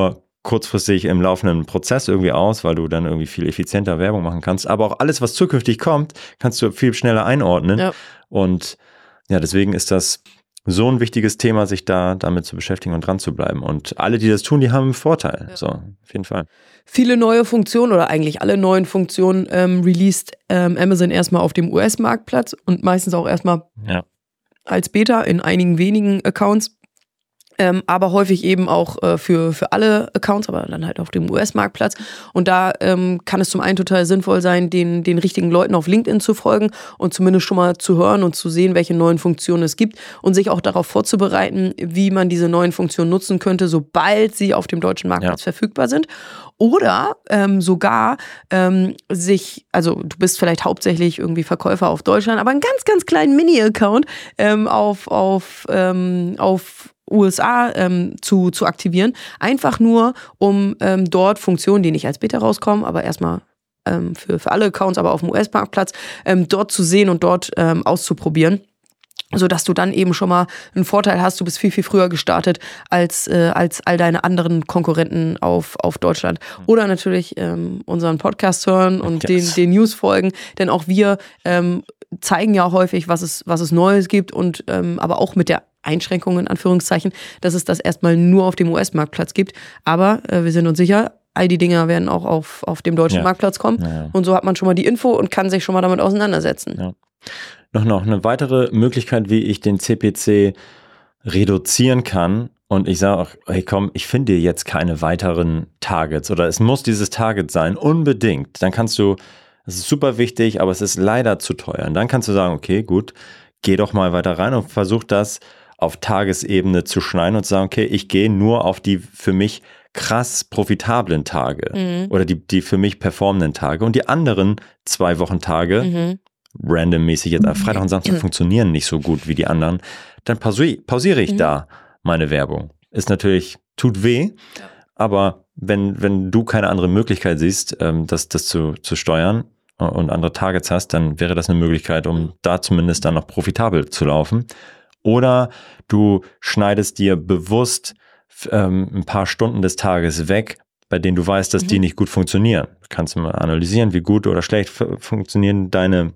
kurzfristig im laufenden Prozess irgendwie aus, weil du dann irgendwie viel effizienter Werbung machen kannst. Aber auch alles, was zukünftig kommt, kannst du viel schneller einordnen. Ja. Und ja, deswegen ist das so ein wichtiges Thema, sich da damit zu beschäftigen und dran zu bleiben. Und alle, die das tun, die haben einen Vorteil. Ja. So, auf jeden Fall. Viele neue Funktionen oder eigentlich alle neuen Funktionen ähm, released ähm, Amazon erstmal auf dem U S-Marktplatz und meistens auch erstmal ja. als Beta in einigen wenigen Accounts. Ähm, aber häufig eben auch äh, für, für alle Accounts, aber dann halt auf dem U S-Marktplatz. Und da ähm, kann es zum einen total sinnvoll sein, den, den richtigen Leuten auf LinkedIn zu folgen und zumindest schon mal zu hören und zu sehen, welche neuen Funktionen es gibt und sich auch darauf vorzubereiten, wie man diese neuen Funktionen nutzen könnte, sobald sie auf dem deutschen Marktplatz ja. verfügbar sind. Oder ähm, sogar ähm, sich, also du bist vielleicht hauptsächlich irgendwie Verkäufer auf Deutschland, aber einen ganz, ganz kleinen Mini-Account ähm, auf, auf, ähm, auf U S A ähm, zu, zu aktivieren. Einfach nur, um ähm, dort Funktionen, die nicht als Beta rauskommen, aber erstmal ähm, für, für alle Accounts, aber auf dem U S-Marktplatz, ähm, dort zu sehen und dort ähm, auszuprobieren. Sodass du dann eben schon mal einen Vorteil hast, du bist viel, viel früher gestartet als, äh, als all deine anderen Konkurrenten auf, auf Deutschland. Oder natürlich ähm, unseren Podcast hören und yes. den, den News folgen, denn auch wir ähm, zeigen ja häufig, was es, was es Neues gibt und ähm, aber auch mit der Einschränkung in Anführungszeichen, dass es das erstmal nur auf dem U S-Marktplatz gibt. Aber äh, wir sind uns sicher, all die Dinger werden auch auf, auf dem deutschen ja. Marktplatz kommen. Ja, ja. Und so hat man schon mal die Info und kann sich schon mal damit auseinandersetzen. Ja. Noch, noch eine weitere Möglichkeit, wie ich den C P C reduzieren kann. Und ich sage auch, hey komm, ich finde jetzt keine weiteren Targets oder es muss dieses Target sein, unbedingt. Dann kannst du, das ist super wichtig, aber es ist leider zu teuer. Und dann kannst du sagen, okay, gut, geh doch mal weiter rein und versuch das auf Tagesebene zu schneiden und zu sagen, okay, ich gehe nur auf die für mich krass profitablen Tage mhm. oder die, die für mich performenden Tage und die anderen zwei Wochentage, mhm. randommäßig jetzt, mhm. Freitag und Samstag mhm. funktionieren nicht so gut wie die anderen, dann pausi- pausiere ich mhm. da meine Werbung. Ist natürlich, tut weh, ja. aber wenn, wenn du keine andere Möglichkeit siehst, ähm, das, das zu, zu steuern und andere Targets hast, dann wäre das eine Möglichkeit, um da zumindest dann noch profitabel zu laufen. Oder du schneidest dir bewusst ähm, ein paar Stunden des Tages weg, bei denen du weißt, dass mhm. die nicht gut funktionieren. Du kannst mal analysieren, wie gut oder schlecht f- funktionieren deine,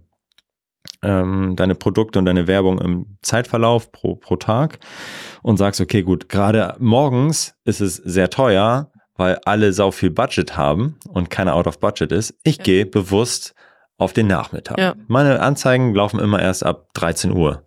ähm, deine Produkte und deine Werbung im Zeitverlauf pro, pro Tag und sagst, okay, gut, gerade morgens ist es sehr teuer, weil alle sau viel Budget haben und keiner out of budget ist. Ich ja. gehe bewusst auf den Nachmittag. Ja. Meine Anzeigen laufen immer erst ab dreizehn Uhr.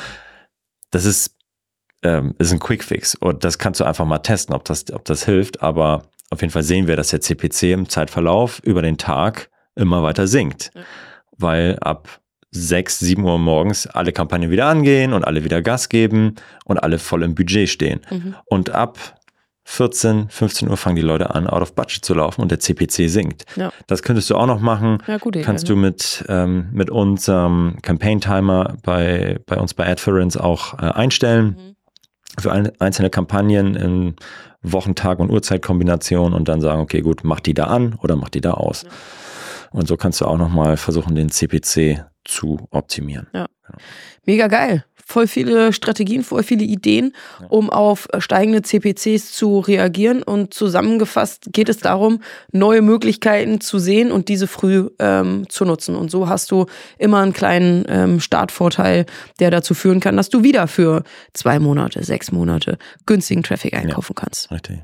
Das ist, ähm, ist ein Quickfix und das kannst du einfach mal testen, ob das, ob das hilft, aber auf jeden Fall sehen wir, dass der C P C im Zeitverlauf über den Tag immer weiter sinkt, ja. weil ab sechs, sieben Uhr morgens alle Kampagnen wieder angehen und alle wieder Gas geben und alle voll im Budget stehen. Mhm. Und ab vierzehn, fünfzehn Uhr fangen die Leute an, out of budget zu laufen und der C P C sinkt. Ja. Das könntest du auch noch machen. Ja, gute Kannst Idee, du mit, ähm, mit unserem Campaign-Timer bei, bei uns bei Adference auch äh, einstellen mhm. für ein, einzelne Kampagnen in Wochentag- und Uhrzeitkombination und dann sagen, okay, gut, mach die da an oder mach die da aus. Ja. Und so kannst du auch nochmal versuchen, den C P C zu optimieren. Ja. Ja. Mega geil. Voll viele Strategien, voll viele Ideen, ja. um auf steigende C P Cs zu reagieren. Und zusammengefasst geht es darum, neue Möglichkeiten zu sehen und diese früh ähm, zu nutzen. Und so hast du immer einen kleinen ähm, Startvorteil, der dazu führen kann, dass du wieder für zwei Monate, sechs Monate günstigen Traffic einkaufen ja. kannst. Richtig.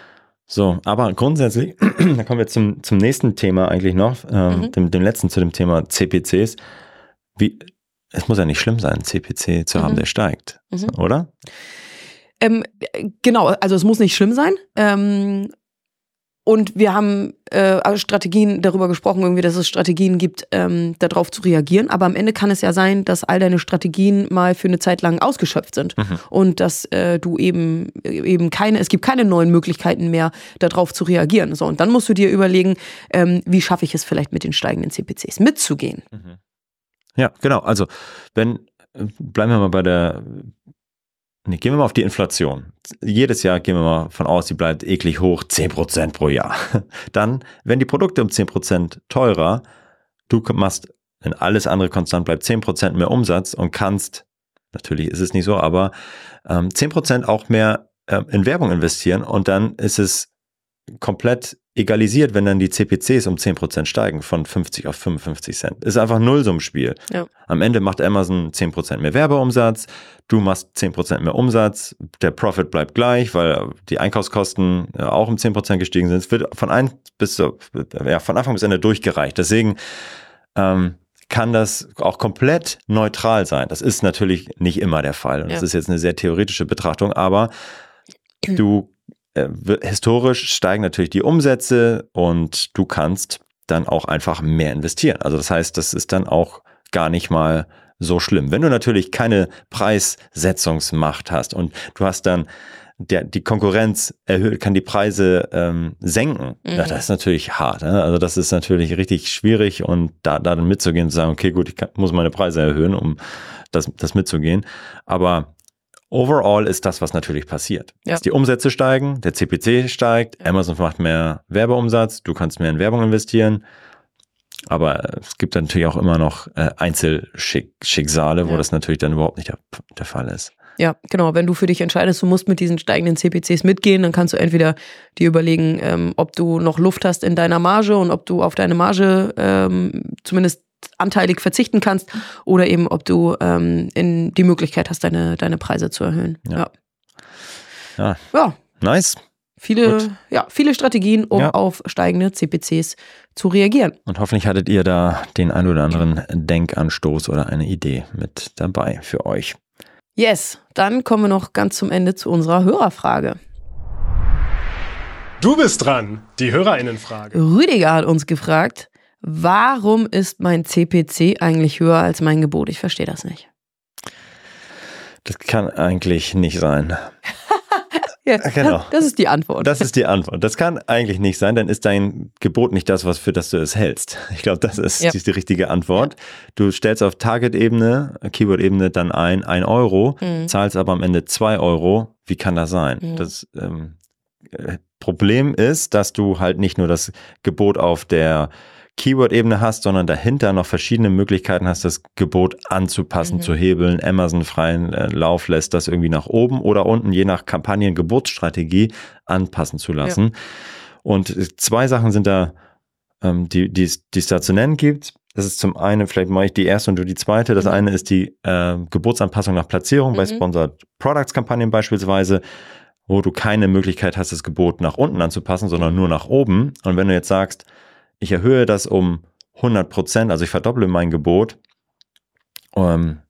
So, aber grundsätzlich, da kommen wir zum, zum nächsten Thema eigentlich noch, äh, mhm. dem, dem letzten zu dem Thema C P Cs. Wie, es muss ja nicht schlimm sein, einen C P C zu haben, mhm. der steigt, mhm. oder? Ähm, genau, also es muss nicht schlimm sein. Ähm, und wir haben äh, Strategien darüber gesprochen, irgendwie, dass es Strategien gibt, ähm, darauf zu reagieren. Aber am Ende kann es ja sein, dass all deine Strategien mal für eine Zeit lang ausgeschöpft sind. Mhm. Und dass äh, du eben, eben keine, es gibt keine neuen Möglichkeiten mehr, darauf zu reagieren. So, und dann musst du dir überlegen, ähm, wie schaffe ich es vielleicht mit den steigenden C P Cs mitzugehen. Mhm. Ja, genau. Also, wenn, bleiben wir mal bei der, nee, gehen wir mal auf die Inflation. Jedes Jahr gehen wir mal von aus, die bleibt eklig hoch, zehn Prozent pro Jahr. Dann, wenn die Produkte um zehn Prozent teurer, du machst, wenn alles andere konstant bleibt, zehn Prozent mehr Umsatz und kannst, natürlich ist es nicht so, aber ähm, zehn Prozent auch mehr ähm, in Werbung investieren und dann ist es komplett egalisiert, wenn dann die C P Cs um zehn Prozent steigen, von fünfzig auf fünfundfünfzig Cent. Ist einfach ein Nullsummenspiel. Ja. Am Ende macht Amazon zehn Prozent mehr Werbeumsatz, du machst zehn Prozent mehr Umsatz, der Profit bleibt gleich, weil die Einkaufskosten auch um zehn Prozent gestiegen sind. Es wird von, ein bis so, ja, von Anfang bis Ende durchgereicht. Deswegen ähm, kann das auch komplett neutral sein. Das ist natürlich nicht immer der Fall. Und Ja. das ist jetzt eine sehr theoretische Betrachtung, aber du äh, historisch steigen natürlich die Umsätze und du kannst dann auch einfach mehr investieren. Also das heißt, das ist dann auch gar nicht mal so schlimm. Wenn du natürlich keine Preissetzungsmacht hast und du hast dann der, die Konkurrenz erhöht, kann die Preise ähm, senken. Mhm. Ja, das ist natürlich hart. Ne? Also das ist natürlich richtig schwierig und da, da dann mitzugehen und zu sagen, okay, gut, ich kann, muss meine Preise erhöhen, um das, das mitzugehen. Aber overall ist das, was natürlich passiert. Ja. Dass die Umsätze steigen, der C P C steigt, Amazon macht mehr Werbeumsatz, du kannst mehr in Werbung investieren. Aber es gibt dann natürlich auch immer noch äh, Einzelschicksale, wo Ja. das natürlich dann überhaupt nicht der, der Fall ist. Ja, genau. Wenn du für dich entscheidest, du musst mit diesen steigenden C P Cs mitgehen, dann kannst du entweder dir überlegen, ähm, ob du noch Luft hast in deiner Marge und ob du auf deine Marge ähm, zumindest anteilig verzichten kannst oder eben, ob du ähm, in die Möglichkeit hast, deine, deine Preise zu erhöhen. Ja. Ja. Ja, Ja, nice. viele, Gut. ja, viele Strategien, um Ja. auf steigende C P Cs zu reagieren. Und hoffentlich hattet ihr da den ein oder anderen Denkanstoß oder eine Idee mit dabei für euch. Yes, dann kommen wir noch ganz zum Ende zu unserer Hörerfrage. Du bist dran. Die HörerInnenfrage. Rüdiger hat uns gefragt, warum ist mein C P C eigentlich höher als mein Gebot? Ich verstehe das nicht. Das kann eigentlich nicht sein. Ja, Genau. Das ist die Antwort. Das ist die Antwort. Das kann eigentlich nicht sein, dann ist dein Gebot nicht das, was für das du es hältst. Ich glaube, das ist Ja. die, die richtige Antwort. Du stellst auf Target-Ebene, Keyword-Ebene dann ein, ein Euro, Mhm. zahlst aber am Ende zwei Euro. Wie kann das sein? Mhm. Das ähm, äh, Problem ist, dass du halt nicht nur das Gebot auf der Keyword-Ebene hast, sondern dahinter noch verschiedene Möglichkeiten hast, das Gebot anzupassen, Mhm. zu hebeln. Amazon freien äh, Lauf lässt das irgendwie nach oben oder unten, je nach Kampagnen-Geburtsstrategie anpassen zu lassen. Und äh, zwei Sachen sind da, ähm, die die es die es da zu nennen gibt. Das ist zum einen, vielleicht mache ich die erste und du die zweite. Das Mhm. eine ist die äh, Geburtsanpassung nach Platzierung bei Mhm. Sponsored Products-Kampagnen beispielsweise, wo du keine Möglichkeit hast, das Gebot nach unten anzupassen, sondern nur nach oben. Und wenn du jetzt sagst, ich erhöhe das um hundert Prozent, also ich verdopple mein Gebot ähm,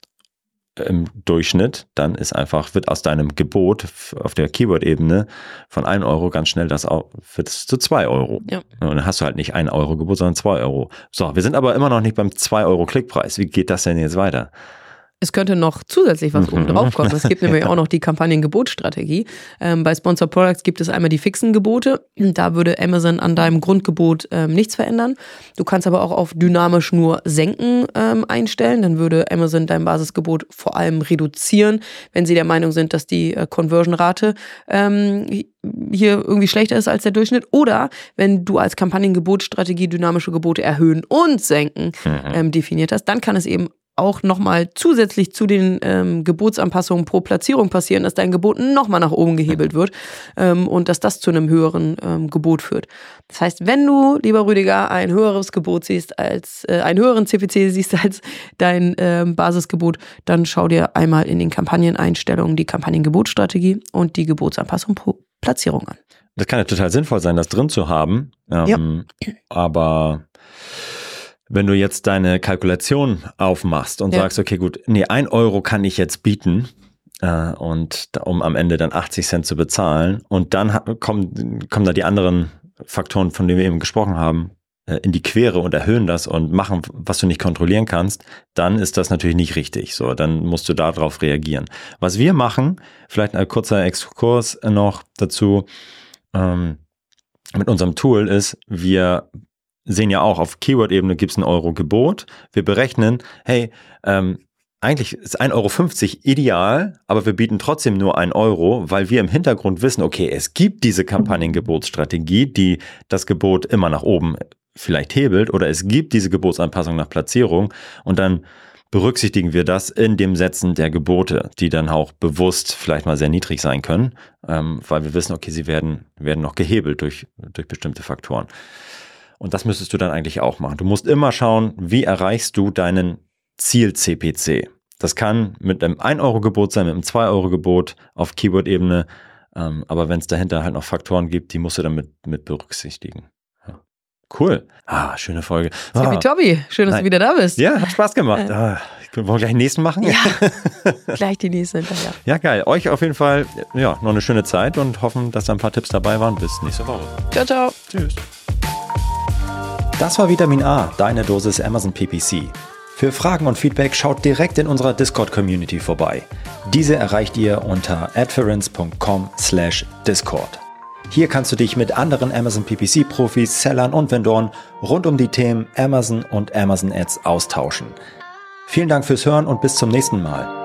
im Durchschnitt, dann ist einfach, wird aus deinem Gebot auf der Keyword-Ebene von ein Euro ganz schnell das auch, wird es zu zwei Euro. Ja. Und dann hast du halt nicht ein Euro Gebot, sondern zwei Euro. So, wir sind aber immer noch nicht beim zwei Euro Klickpreis. Wie geht das denn jetzt weiter? Es könnte noch zusätzlich was Mhm. oben drauf kommen. Es gibt nämlich auch noch die Kampagnengebotsstrategie. Ähm, bei Sponsored Products gibt es einmal die fixen Gebote. Da würde Amazon an deinem Grundgebot ähm, nichts verändern. Du kannst aber auch auf dynamisch nur senken ähm, einstellen. Dann würde Amazon dein Basisgebot vor allem reduzieren, wenn sie der Meinung sind, dass die äh, Conversion-Rate ähm, hier irgendwie schlechter ist als der Durchschnitt. Oder wenn du als Kampagnengebotsstrategie dynamische Gebote erhöhen und senken Mhm. ähm, definiert hast, dann kann es eben auch nochmal zusätzlich zu den ähm, Gebotsanpassungen pro Platzierung passieren, dass dein Gebot nochmal nach oben gehebelt wird ähm, und dass das zu einem höheren ähm, Gebot führt. Das heißt, wenn du, lieber Rüdiger, ein höheres Gebot siehst als, äh, einen höheren C P C siehst als dein ähm, Basisgebot, dann schau dir einmal in den Kampagneneinstellungen die Kampagnengebotsstrategie und die Gebotsanpassung pro Platzierung an. Das kann ja total sinnvoll sein, das drin zu haben. Ähm, aber wenn du jetzt deine Kalkulation aufmachst und Ja. sagst, okay, gut, nee, ein Euro kann ich jetzt bieten, äh, und da, um am Ende dann achtzig Cent zu bezahlen und dann ha- kommen, kommen da die anderen Faktoren, von denen wir eben gesprochen haben, äh, in die Quere und erhöhen das und machen, was du nicht kontrollieren kannst, dann ist das natürlich nicht richtig. So, dann musst du darauf reagieren. Was wir machen, vielleicht ein kurzer Exkurs noch dazu, ähm, mit unserem Tool ist, wir sehen ja auch, auf Keyword-Ebene gibt es ein Euro-Gebot. Wir berechnen, hey, ähm, eigentlich ist ein Euro fünfzig ideal, aber wir bieten trotzdem nur ein Euro, weil wir im Hintergrund wissen, okay, es gibt diese Kampagnengebotsstrategie, die das Gebot immer nach oben vielleicht hebelt, oder es gibt diese Gebotsanpassung nach Platzierung und dann berücksichtigen wir das in dem Setzen der Gebote, die dann auch bewusst vielleicht mal sehr niedrig sein können, ähm, weil wir wissen, okay, sie werden, werden noch gehebelt durch, durch bestimmte Faktoren. Und das müsstest du dann eigentlich auch machen. Du musst immer schauen, wie erreichst du deinen Ziel-C P C. Das kann mit einem ein Euro Gebot sein, mit einem zwei Euro Gebot auf Keyword-Ebene, ähm, aber wenn es dahinter halt noch Faktoren gibt, die musst du dann mit, mit berücksichtigen. Ja. Cool. Ah, schöne Folge. Ah. Tippitoppi, schön, dass Nein. du wieder da bist. Ja, hat Spaß gemacht. Äh. Ah, wollen wir gleich den nächsten machen? Ja, gleich die nächste hinterher. Ja, geil. Euch auf jeden Fall ja, noch eine schöne Zeit und hoffen, dass da ein paar Tipps dabei waren. Bis nächste Woche. Ciao, ciao. Tschüss. Das war Vitamin A, deine Dosis Amazon P P C. Für Fragen und Feedback schaut direkt in unserer Discord-Community vorbei. Diese erreicht ihr unter adference punkt com slash discord. Hier kannst du dich mit anderen Amazon P P C-Profis, Sellern und Vendoren rund um die Themen Amazon und Amazon Ads austauschen. Vielen Dank fürs Hören und bis zum nächsten Mal.